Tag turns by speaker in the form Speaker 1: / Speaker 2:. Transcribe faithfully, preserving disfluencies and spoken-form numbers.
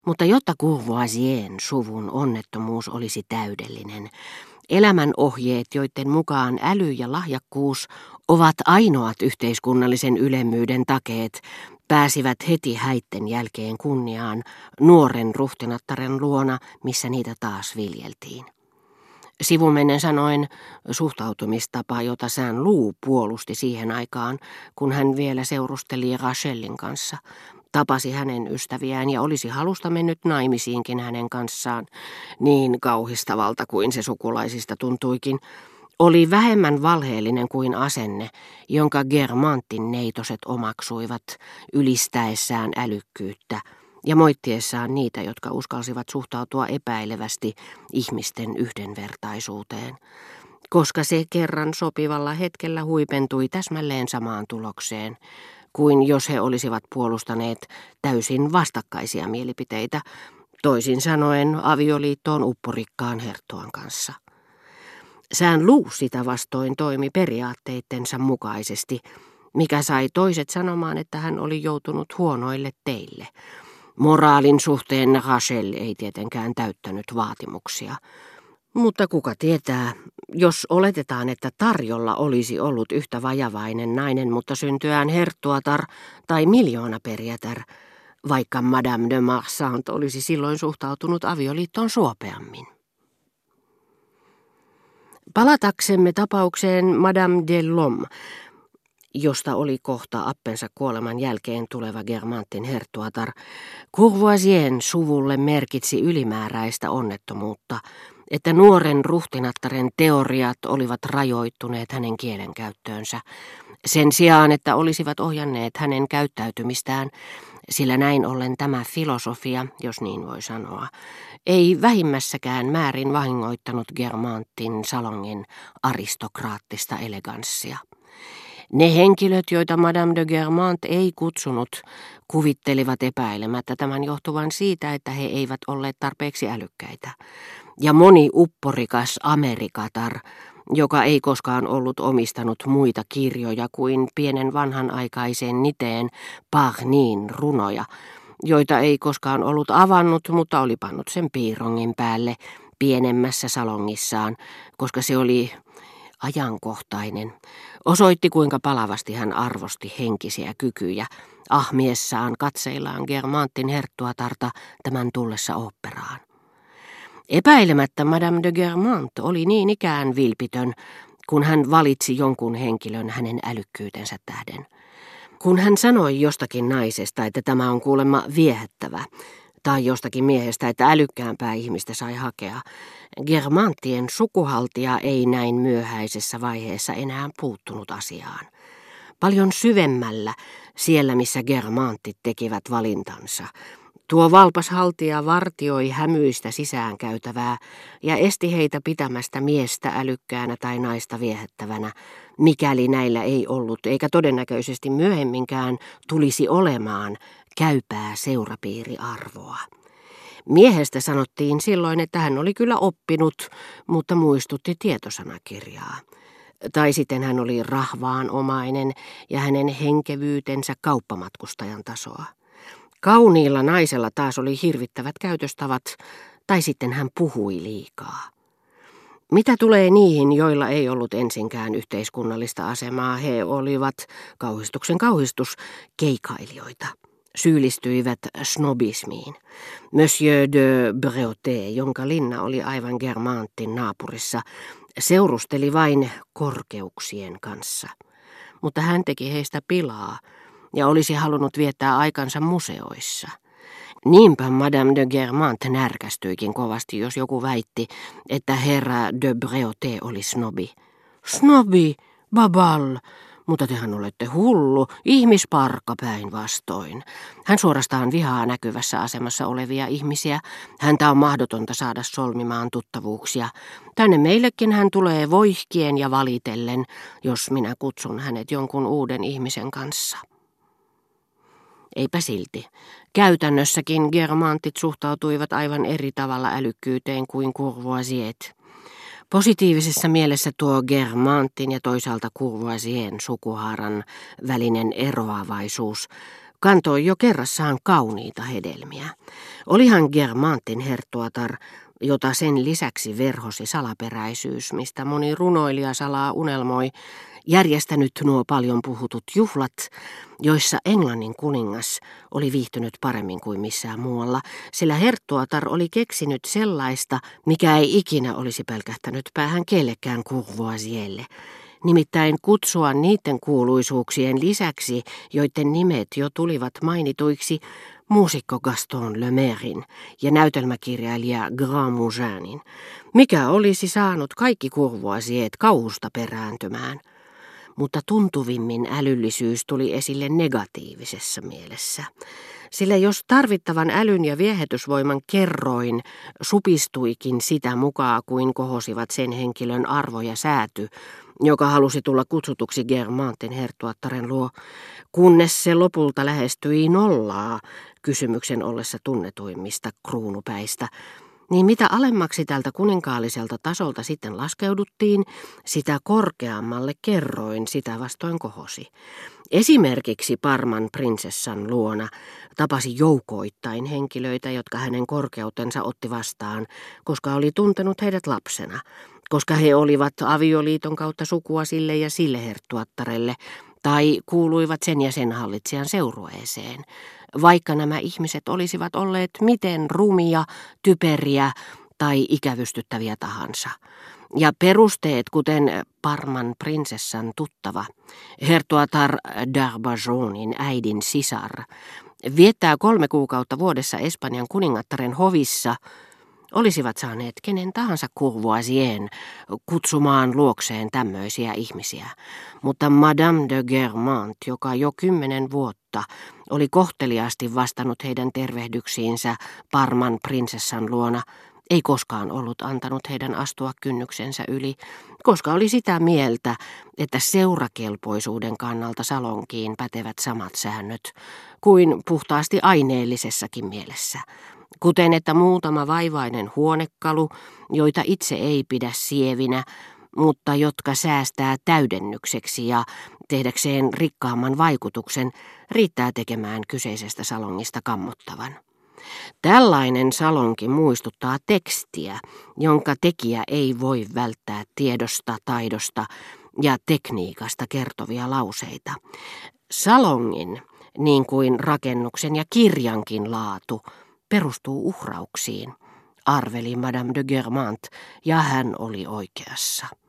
Speaker 1: Mutta jotta Courvoisien suvun onnettomuus olisi täydellinen, elämän ohjeet, joiden mukaan äly ja lahjakkuus ovat ainoat yhteiskunnallisen ylemmyyden takeet, pääsivät heti häitten jälkeen kunniaan nuoren ruhtinattaren luona, missä niitä taas viljeltiin. Sivumennen sanoen suhtautumistapa, jota Saint-Loup puolusti siihen aikaan, kun hän vielä seurusteli Rachelin kanssa, tapasi hänen ystäviään ja olisi halusta mennyt naimisiinkin hänen kanssaan, niin kauhistavalta kuin se sukulaisista tuntuikin, oli vähemmän valheellinen kuin asenne, jonka Guermantin neitoset omaksuivat ylistäessään älykkyyttä ja moittiessaan niitä, jotka uskalsivat suhtautua epäilevästi ihmisten yhdenvertaisuuteen, koska se kerran sopivalla hetkellä huipentui täsmälleen samaan tulokseen, kuin jos he olisivat puolustaneet täysin vastakkaisia mielipiteitä, toisin sanoen avioliittoon upporikkaan herttuan kanssa. Saint-Loup sitä vastoin toimi periaatteittensa mukaisesti, mikä sai toiset sanomaan, että hän oli joutunut huonoille teille. Moraalin suhteen Rachel ei tietenkään täyttänyt vaatimuksia. Mutta kuka tietää, jos oletetaan, että tarjolla olisi ollut yhtä vajavainen nainen, mutta syntyään herttuatar tai miljoonaperijätär, vaikka Madame de Marsant olisi silloin suhtautunut avioliittoon suopeammin. Palataksemme tapaukseen Madame de Lhomme, josta oli kohta appensa kuoleman jälkeen tuleva Guermantin herttuatar, Courvoisien suvulle merkitsi ylimääräistä onnettomuutta, että nuoren ruhtinattaren teoriat olivat rajoittuneet hänen kielenkäyttöönsä, sen sijaan, että olisivat ohjanneet hänen käyttäytymistään, sillä näin ollen tämä filosofia, jos niin voi sanoa, ei vähimmässäkään määrin vahingoittanut Guermantin salongin aristokraattista eleganssia. Ne henkilöt, joita Madame de Guermantes ei kutsunut, kuvittelivat epäilemättä tämän johtuvan siitä, että he eivät olleet tarpeeksi älykkäitä. Ja moni upporikas amerikatar, joka ei koskaan ollut omistanut muita kirjoja kuin pienen vanhanaikaisen niteen Parnin runoja, joita ei koskaan ollut avannut, mutta oli pannut sen piirongin päälle pienemmässä salongissaan, koska se oli ajankohtainen, osoitti kuinka palavasti hän arvosti henkisiä kykyjä, ahmiessaan katseillaan Guermantin herttuatarta tämän tullessa oopperaan. Epäilemättä Madame de Guermantes oli niin ikään vilpitön, kun hän valitsi jonkun henkilön hänen älykkyytensä tähden. Kun hän sanoi jostakin naisesta, että tämä on kuulemma viehättävä, tai jostakin miehestä, että älykkäämpää ihmistä sai hakea, Guermantien sukuhaltija ei näin myöhäisessä vaiheessa enää puuttunut asiaan. Paljon syvemmällä, siellä missä Guermantit tekivät valintansa, tuo valpas haltija vartioi hämyistä sisäänkäytävää ja esti heitä pitämästä miestä älykkäänä tai naista viehättävänä, mikäli näillä ei ollut eikä todennäköisesti myöhemminkään tulisi olemaan käypää seurapiiriarvoa. Miehestä sanottiin silloin, että hän oli kyllä oppinut, mutta muistutti tietosanakirjaa. Tai sitten hän oli rahvaanomainen ja hänen henkevyytensä kauppamatkustajan tasoa. Kauniilla naisella taas oli hirvittävät käytöstavat, tai sitten hän puhui liikaa. Mitä tulee niihin, joilla ei ollut ensinkään yhteiskunnallista asemaa, he olivat, kauhistuksen kauhistus, keikailijoita. Syyllistyivät snobismiin. Monsieur de Bréauté, jonka linna oli aivan Guermantin naapurissa, seurusteli vain korkeuksien kanssa. Mutta hän teki heistä pilaa ja olisi halunnut viettää aikansa museoissa. Niinpä Madame de Guermantes närkästyikin kovasti, jos joku väitti, että herra de Bréauté oli snobi. Snobi, babal, mutta tehän olette hullu, ihmisparkka päinvastoin. Hän suorastaan vihaa näkyvässä asemassa olevia ihmisiä. Häntä on mahdotonta saada solmimaan tuttavuuksia. Tänne meillekin hän tulee voihkien ja valitellen, jos minä kutsun hänet jonkun uuden ihmisen kanssa. Eipä silti. Käytännössäkin Guermantit suhtautuivat aivan eri tavalla älykkyyteen kuin Courvoisiet. Positiivisessa mielessä tuo Guermantin ja toisaalta Courvoisien sukuhaaran välinen eroavaisuus kantoi jo kerrassaan kauniita hedelmiä. Olihan Guermantin herttuatar, jota sen lisäksi verhosi salaperäisyys, mistä moni runoilija salaa unelmoi, järjestänyt nuo paljon puhutut juhlat, joissa Englannin kuningas oli viihtynyt paremmin kuin missään muualla, sillä herttuatar oli keksinyt sellaista, mikä ei ikinä olisi pelkähtänyt päähän kellekään Courvoisierlle. Nimittäin kutsua niiden kuuluisuuksien lisäksi, joiden nimet jo tulivat mainituiksi, muusikko Gaston Lemairen ja näytelmäkirjailija Grand Moujanin, mikä olisi saanut kaikki Courvoisieret kauhusta perääntymään. Mutta tuntuvimmin älyllisyys tuli esille negatiivisessa mielessä. Sillä jos tarvittavan älyn ja viehätysvoiman kerroin supistuikin sitä mukaan kuin kohosivat sen henkilön arvo ja sääty, joka halusi tulla kutsutuksi Guermantin herttuattaren luo, kunnes se lopulta lähestyi nollaa kysymyksen ollessa tunnetuimmista kruunupäistä, niin mitä alemmaksi tältä kuninkaalliselta tasolta sitten laskeuduttiin, sitä korkeammalle kerroin sitä vastoin kohosi. Esimerkiksi Parman prinsessan luona tapasi joukoittain henkilöitä, jotka hänen korkeutensa otti vastaan, koska oli tuntenut heidät lapsena, koska he olivat avioliiton kautta sukua sille ja sille herttuattarelle, tai kuuluivat sen ja sen hallitsijan seurueeseen, vaikka nämä ihmiset olisivat olleet miten rumia, typeriä tai ikävystyttäviä tahansa. Ja perusteet, kuten Parman prinsessan tuttava, herttuatar d'Arbajonin äidin sisar, viettää kolme kuukautta vuodessa Espanjan kuningattaren hovissa, olisivat saaneet kenen tahansa Courvoisien kutsumaan luokseen tämmöisiä ihmisiä. Mutta Madame de Guermantes, joka jo kymmenen vuotta oli kohteliaasti vastannut heidän tervehdyksiinsä Parman prinsessan luona, ei koskaan ollut antanut heidän astua kynnyksensä yli, koska oli sitä mieltä, että seurakelpoisuuden kannalta salonkiin pätevät samat säännöt kuin puhtaasti aineellisessakin mielessä. Kuten että muutama vaivainen huonekalu, joita itse ei pidä sievinä, mutta jotka säästää täydennykseksi ja tehdäkseen rikkaamman vaikutuksen, riittää tekemään kyseisestä salongista kammottavan. Tällainen salonki muistuttaa tekstiä, jonka tekijä ei voi välttää tiedosta, taidosta ja tekniikasta kertovia lauseita. Salongin, niin kuin rakennuksen ja kirjankin laatu, perustuu uhrauksiin, arveli Madame de Guermantes, ja hän oli oikeassa.